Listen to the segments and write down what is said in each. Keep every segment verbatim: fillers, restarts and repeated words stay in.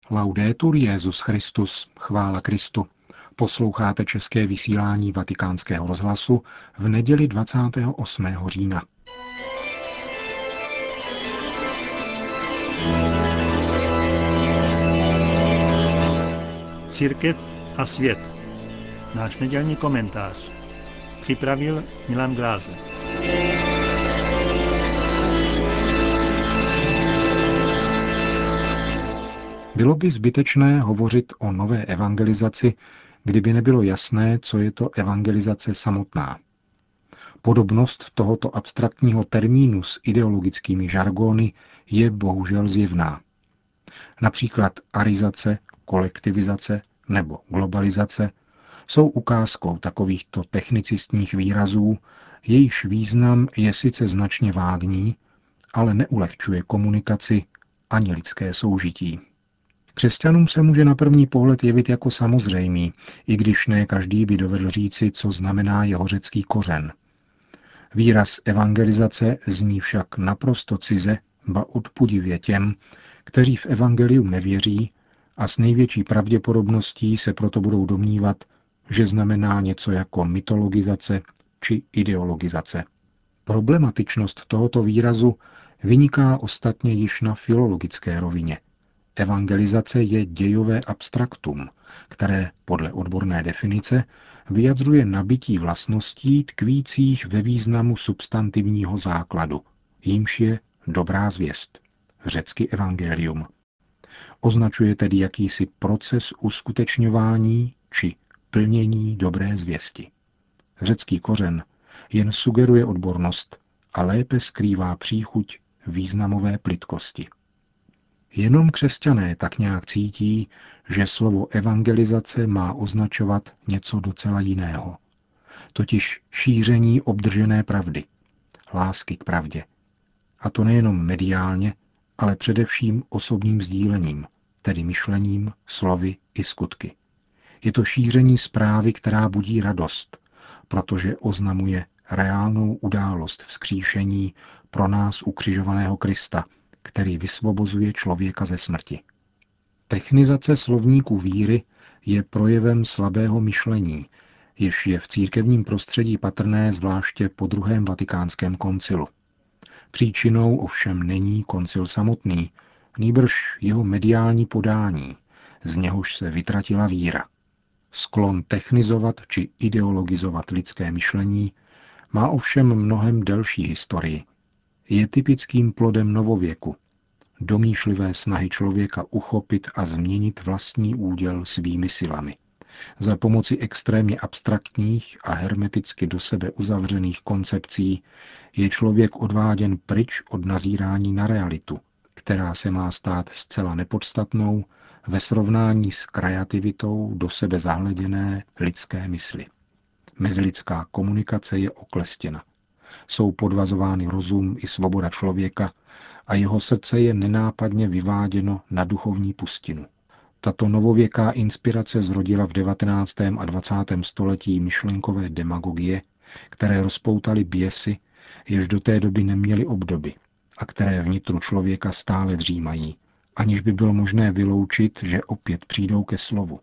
Laudetur Jesus Christus, chvála Kristu. Posloucháte české vysílání Vatikánského rozhlasu v neděli dvacátého osmého října. Církev a svět. Náš nedělní komentář. Připravil Milan Glázer. Bylo by zbytečné hovořit o nové evangelizaci, kdyby nebylo jasné, co je to evangelizace samotná. Podobnost tohoto abstraktního termínu s ideologickými žargóny je bohužel zjevná. Například arizace, kolektivizace nebo globalizace jsou ukázkou takovýchto technicistních výrazů, jejichž význam je sice značně vágní, ale neulehčuje komunikaci ani lidské soužití. Křesťanům se může na první pohled jevit jako samozřejmý, i když ne každý by dovedl říci, co znamená jeho řecký kořen. Výraz evangelizace zní však naprosto cize, ba odpudivě těm, kteří v evangelium nevěří a s největší pravděpodobností se proto budou domnívat, že znamená něco jako mytologizace či ideologizace. Problematičnost tohoto výrazu vyniká ostatně již na filologické rovině. Evangelizace je dějové abstraktum, které podle odborné definice vyjadřuje nabytí vlastností tkvících ve významu substantivního základu, jímž je dobrá zvěst, řecky evangelium. Označuje tedy jakýsi proces uskutečňování či plnění dobré zvěsti. Řecký kořen jen sugeruje odbornost a lépe skrývá příchuť významové plytkosti. Jenom křesťané tak nějak cítí, že slovo evangelizace má označovat něco docela jiného. Totiž šíření obdržené pravdy, lásky k pravdě. A to nejenom mediálně, ale především osobním sdílením, tedy myšlením, slovy i skutky. Je to šíření zprávy, která budí radost, protože oznamuje reálnou událost vzkříšení pro nás ukřižovaného Krista, který vysvobozuje člověka ze smrti. Technizace slovníku víry je projevem slabého myšlení, jež je v církevním prostředí patrné zvláště po druhém vatikánském koncilu. Příčinou ovšem není koncil samotný, nýbrž jeho mediální podání, z něhož se vytratila víra. Sklon technizovat či ideologizovat lidské myšlení má ovšem mnohem delší historii. Je typickým plodem novověku, domýšlivé snahy člověka uchopit a změnit vlastní úděl svými silami. Za pomoci extrémně abstraktních a hermeticky do sebe uzavřených koncepcí je člověk odváděn pryč od nazírání na realitu, která se má stát zcela nepodstatnou ve srovnání s kreativitou do sebe zahleděné lidské mysli. Mezilidská komunikace je oklestěna. Jsou podvazovány rozum i svoboda člověka a jeho srdce je nenápadně vyváděno na duchovní pustinu. Tato novověká inspirace zrodila v devatenáctém a dvacátém století myšlenkové demagogie, které rozpoutaly běsy, jež do té doby neměly obdoby a které vnitru člověka stále dřímají, aniž by bylo možné vyloučit, že opět přijdou ke slovu.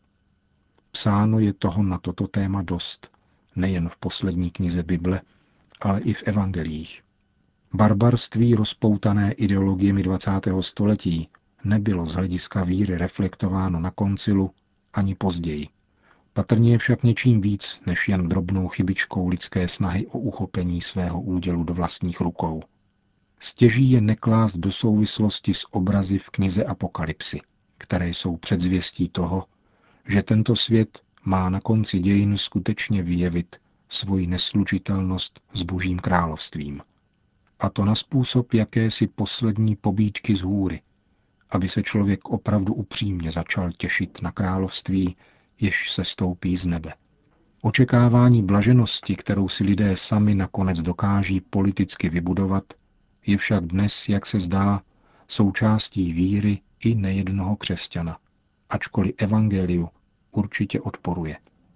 Psáno je toho na toto téma dost, nejen v poslední knize Bible, ale i v evangelích. Barbarství rozpoutané ideologiemi dvacátého století nebylo z hlediska víry reflektováno na koncilu ani později. Patrně je však něčím víc než jen drobnou chybičkou lidské snahy o uchopení svého údělu do vlastních rukou. Stěží je neklást do souvislosti s obrazy v knize Apokalypsy, které jsou předzvěstí toho, že tento svět má na konci dějin skutečně vyjevit svoji neslučitelnost s Božím královstvím. A to na způsob jakési poslední pobídky z hůry, aby se člověk opravdu upřímně začal těšit na království, jež se stoupí z nebe. Očekávání blaženosti, kterou si lidé sami nakonec dokáží politicky vybudovat, je však dnes, jak se zdá, součástí víry i nejednoho křesťana, ačkoliv evangeliu určitě odporuje.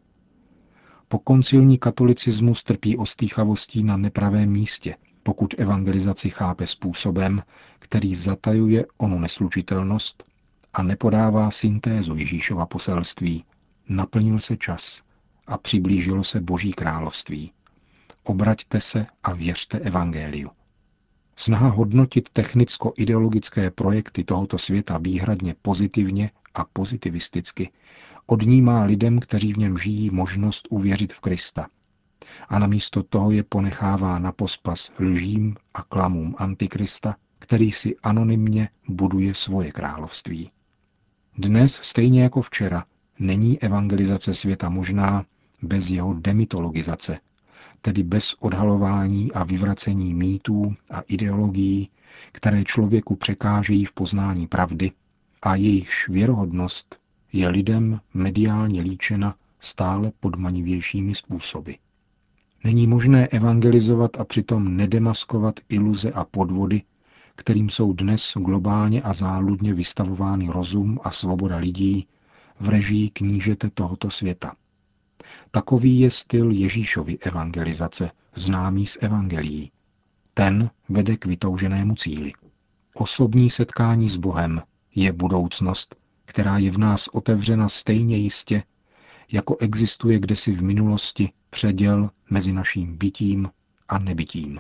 Pokoncilní katolicismus trpí ostýchavostí na nepravém místě, pokud evangelizaci chápe způsobem, který zatajuje onu neslučitelnost a nepodává syntézu Ježíšova poselství. Naplnil se čas a přiblížilo se Boží království. Obraťte se a věřte evangeliu. Snaha hodnotit technicko-ideologické projekty tohoto světa výhradně pozitivně a pozitivisticky odnímá lidem, kteří v něm žijí, možnost uvěřit v Krista. A namísto toho je ponechává na pospas lžím a klamům Antikrista, který si anonymně buduje svoje království. Dnes, stejně jako včera, není evangelizace světa možná bez jeho demitologizace, tedy bez odhalování a vyvracení mýtů a ideologií, které člověku překážejí v poznání pravdy a jejichž věrohodnost je lidem mediálně líčena stále podmanivějšími způsoby. Není možné evangelizovat a přitom nedemaskovat iluze a podvody, kterým jsou dnes globálně a záludně vystavovány rozum a svoboda lidí v režii knížete tohoto světa. Takový je styl Ježíšovy evangelizace, známý z evangelií. Ten vede k vytouženému cíli. Osobní setkání s Bohem je budoucnost, která je v nás otevřena stejně jistě, jako existuje kdesi v minulosti předěl mezi naším bytím a nebytím.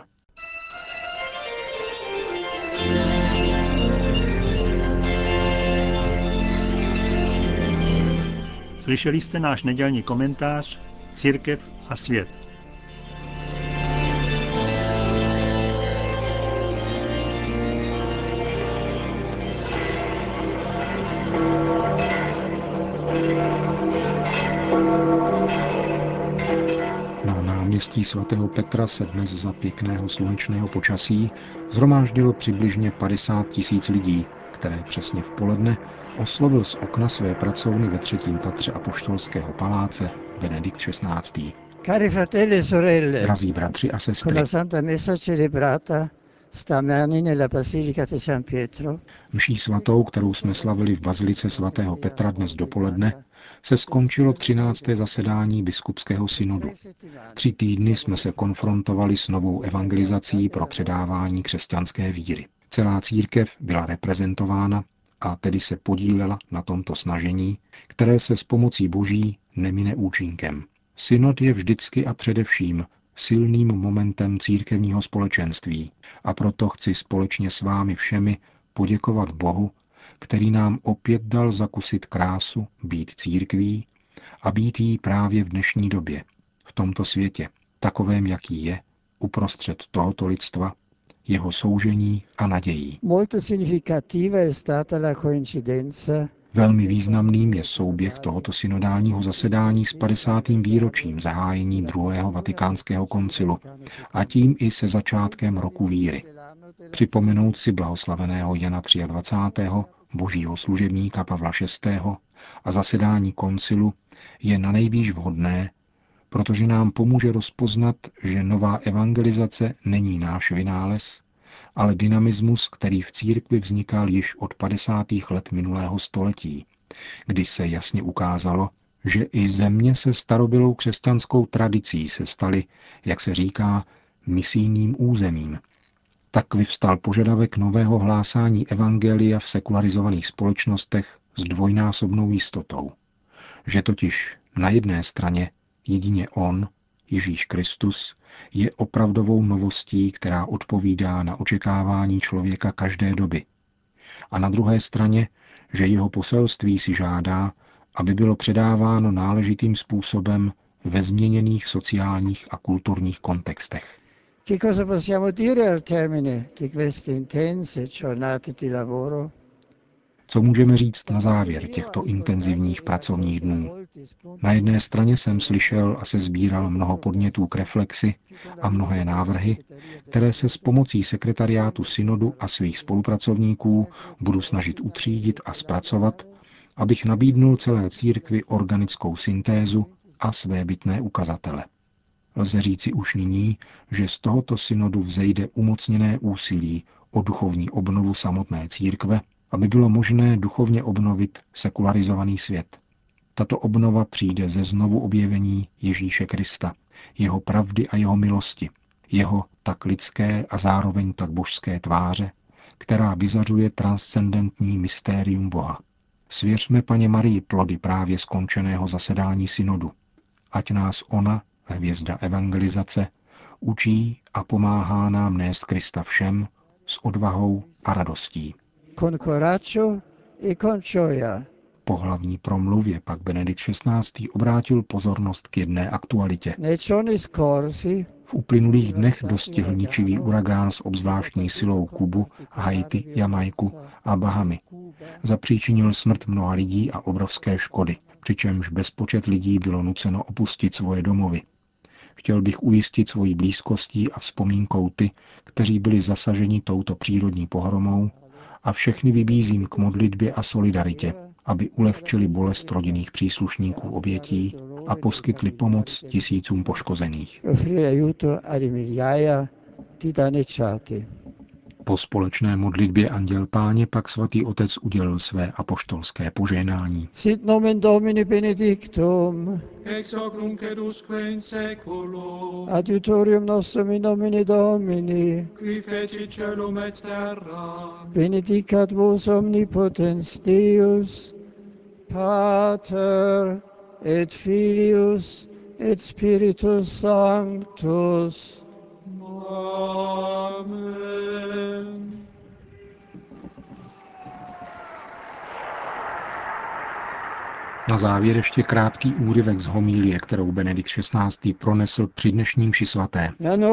Slyšeli jste náš nedělní komentář Církev a svět. Na náměstí svatého Petra se dnes za pěkného slunečného počasí shromáždilo přibližně padesát tisíc lidí, které přesně v poledne oslovil z okna své pracovny ve třetím patře apoštolského paláce Benedikt šestnáctý. Cari fratelli e sorelle, Drazí bratři a con sestry, la Santa Messa celebrata stamani nella Basilica di San Pietro, mší svatou, kterou jsme slavili v bazilice svatého Petra dnes dopoledne, se skončilo třinácté zasedání biskupského synodu. Tři týdny jsme se konfrontovali s novou evangelizací pro předávání křesťanské víry. Celá církev byla reprezentována a tedy se podílela na tomto snažení, které se s pomocí Boží nemine účinkem. Synod je vždycky a především silným momentem církevního společenství a proto chci společně s vámi všemi poděkovat Bohu, který nám opět dal zakusit krásu být církví a být jí právě v dnešní době, v tomto světě, takovém, jaký je, uprostřed tohoto lidstva, jeho soužení a nadějí. molto significativa è stata la coincidenza Velmi významným je souběh tohoto synodálního zasedání s padesátým výročím zahájení druhého vatikánského koncilu a tím i se začátkem roku víry. Připomenout si blahoslaveného Jana dvacátého třetího božího služebníka Pavla šestého a zasedání koncilu je nanejvýš vhodné, protože nám pomůže rozpoznat, že nová evangelizace není náš vynález, ale dynamismus, který v církvi vznikal již od padesátých let minulého století, kdy se jasně ukázalo, že i země se starobylou křesťanskou tradicí se staly, jak se říká, misijním územím. Tak vyvstal požadavek nového hlásání evangelia v sekularizovaných společnostech s dvojnásobnou jistotou. Že totiž na jedné straně jedině on, Ježíš Kristus, je opravdovou novostí, která odpovídá na očekávání člověka každé doby. A na druhé straně, že jeho poselství si žádá, aby bylo předáváno náležitým způsobem ve změněných sociálních a kulturních kontextech. Che cosa possiamo dire al termine di queste intense giornate di lavoro? Co můžeme říct na závěr těchto intenzivních pracovních dnů? Na jedné straně jsem slyšel a se sbíral mnoho podnětů k reflexi a mnohé návrhy, které se s pomocí sekretariátu synodu a svých spolupracovníků budu snažit utřídit a zpracovat, abych nabídnul celé církvi organickou syntézu a svébytné ukazatele. Lze říci už nyní, že z tohoto synodu vzejde umocněné úsilí o duchovní obnovu samotné církve, aby bylo možné duchovně obnovit sekularizovaný svět. Tato obnova přijde ze znovu objevení Ježíše Krista, jeho pravdy a jeho milosti, jeho tak lidské a zároveň tak božské tváře, která vyzařuje transcendentní mystérium Boha. Svěřme Paně Marii plody právě skončeného zasedání synodu. Ať nás ona, hvězda evangelizace, učí a pomáhá nám nést Krista všem s odvahou a radostí. Con coraggio e con gioia. Po hlavní promluvě pak Benedikt šestnáctý obrátil pozornost k jedné aktualitě. Nei giorni scorsi V uplynulých dnech dostihl ničivý uragán s obzvláštní silou Kubu, Haiti, Jamajku a Bahamy. Zapříčinil smrt mnoha lidí a obrovské škody, přičemž bezpočet lidí bylo nuceno opustit svoje domovy. Chtěl bych ujistit svojí blízkostí a vzpomínkou ty, kteří byli zasaženi touto přírodní pohromou, a všechny vybízím k modlitbě a solidaritě, aby ulehčili bolest rodinných příslušníků obětí a poskytli pomoc tisícům poškozených. Po společné modlitbě Anděl Páně pak svatý otec udělil své apoštolské požehnání. Sit nomen Domini benedictum, ex hoc nunc et usque in seculum, adiutorium nostrum in nomine Domini, qui fecit caelum et terra, benedicat vos omnipotens Deus, Pater et Filius et Spiritus Sanctus. Amen. Na závěr ještě krátký úryvek z homilie, kterou Benedikt šestnáctý pronesl při dnešním mši svaté.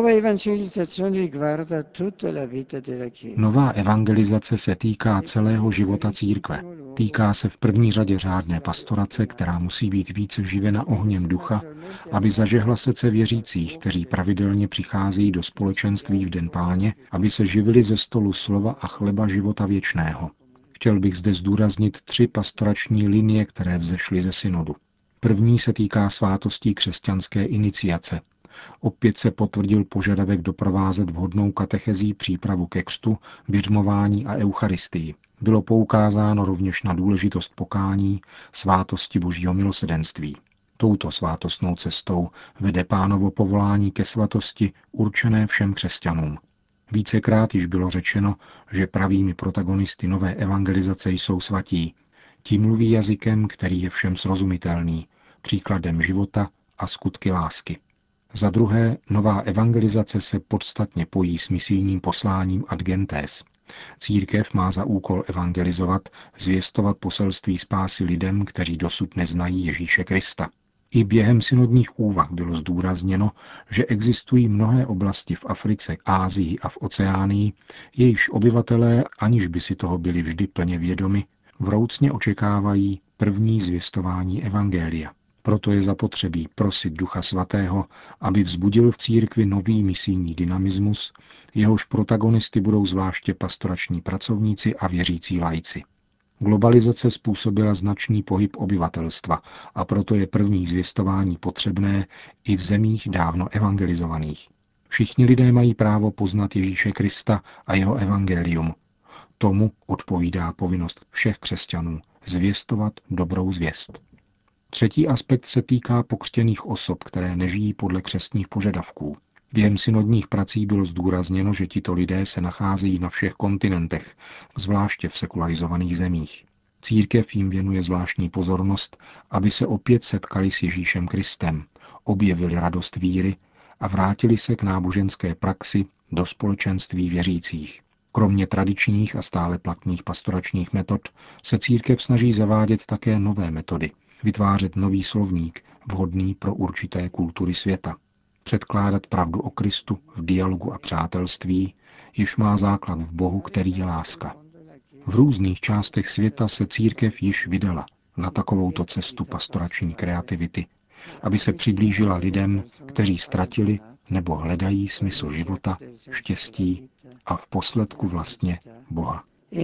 Nová evangelizace se týká celého života církve. Týká se v první řadě řádné pastorace, která musí být více živena ohněm ducha, aby zažehla srdce věřících, kteří pravidelně přicházejí do společenství v den Páně, aby se živili ze stolu slova a chleba života věčného. Chtěl bych zde zdůraznit tři pastorační linie, které vzešly ze synodu. První se týká svátostí křesťanské iniciace. Opět se potvrdil požadavek doprovázet vhodnou katechezí přípravu ke křtu, biřmování a eucharistii. Bylo poukázáno rovněž na důležitost pokání, svátosti Božího milosedenství. Touto svátostnou cestou vede Pánovo povolání ke svatosti určené všem křesťanům. Vícekrát již bylo řečeno, že pravými protagonisty nové evangelizace jsou svatí. Ti mluví jazykem, který je všem srozumitelný, příkladem života a skutky lásky. Za druhé, nová evangelizace se podstatně pojí s misijním posláním ad gentes. Církev má za úkol evangelizovat, zvěstovat poselství spásy lidem, kteří dosud neznají Ježíše Krista. I během synodních úvah bylo zdůrazněno, že existují mnohé oblasti v Africe, Asii a v Oceánii, jejichž obyvatelé, aniž by si toho byli vždy plně vědomi, vroucně očekávají první zvěstování evangelia. Proto je zapotřebí prosit Ducha Svatého, aby vzbudil v církvi nový misijní dynamismus, jehož protagonisty budou zvláště pastorační pracovníci a věřící laici. Globalizace způsobila značný pohyb obyvatelstva a proto je první zvěstování potřebné i v zemích dávno evangelizovaných. Všichni lidé mají právo poznat Ježíše Krista a jeho evangelium. Tomu odpovídá povinnost všech křesťanů zvěstovat dobrou zvěst. Třetí aspekt se týká pokřtěných osob, které nežijí podle křestních požadavků. Během synodních prací bylo zdůrazněno, že tito lidé se nacházejí na všech kontinentech, zvláště v sekularizovaných zemích. Církev jim věnuje zvláštní pozornost, aby se opět setkali s Ježíšem Kristem, objevili radost víry a vrátili se k náboženské praxi do společenství věřících. Kromě tradičních a stále platných pastoračních metod se církev snaží zavádět také nové metody, vytvářet nový slovník, vhodný pro určité kultury světa. Předkládat pravdu o Kristu v dialogu a přátelství, jež má základ v Bohu, který je láska. V různých částech světa se církev již vydala na takovouto cestu pastorační kreativity, aby se přiblížila lidem, kteří ztratili nebo hledají smysl života, štěstí a v posledku vlastně Boha.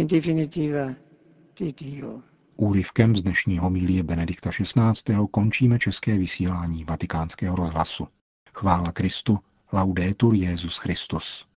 Úryvkem z dnešní homilie Benedikta šestnáctého končíme české vysílání Vatikánského rozhlasu. Chvála Kristu, laudetur Jesus Christus.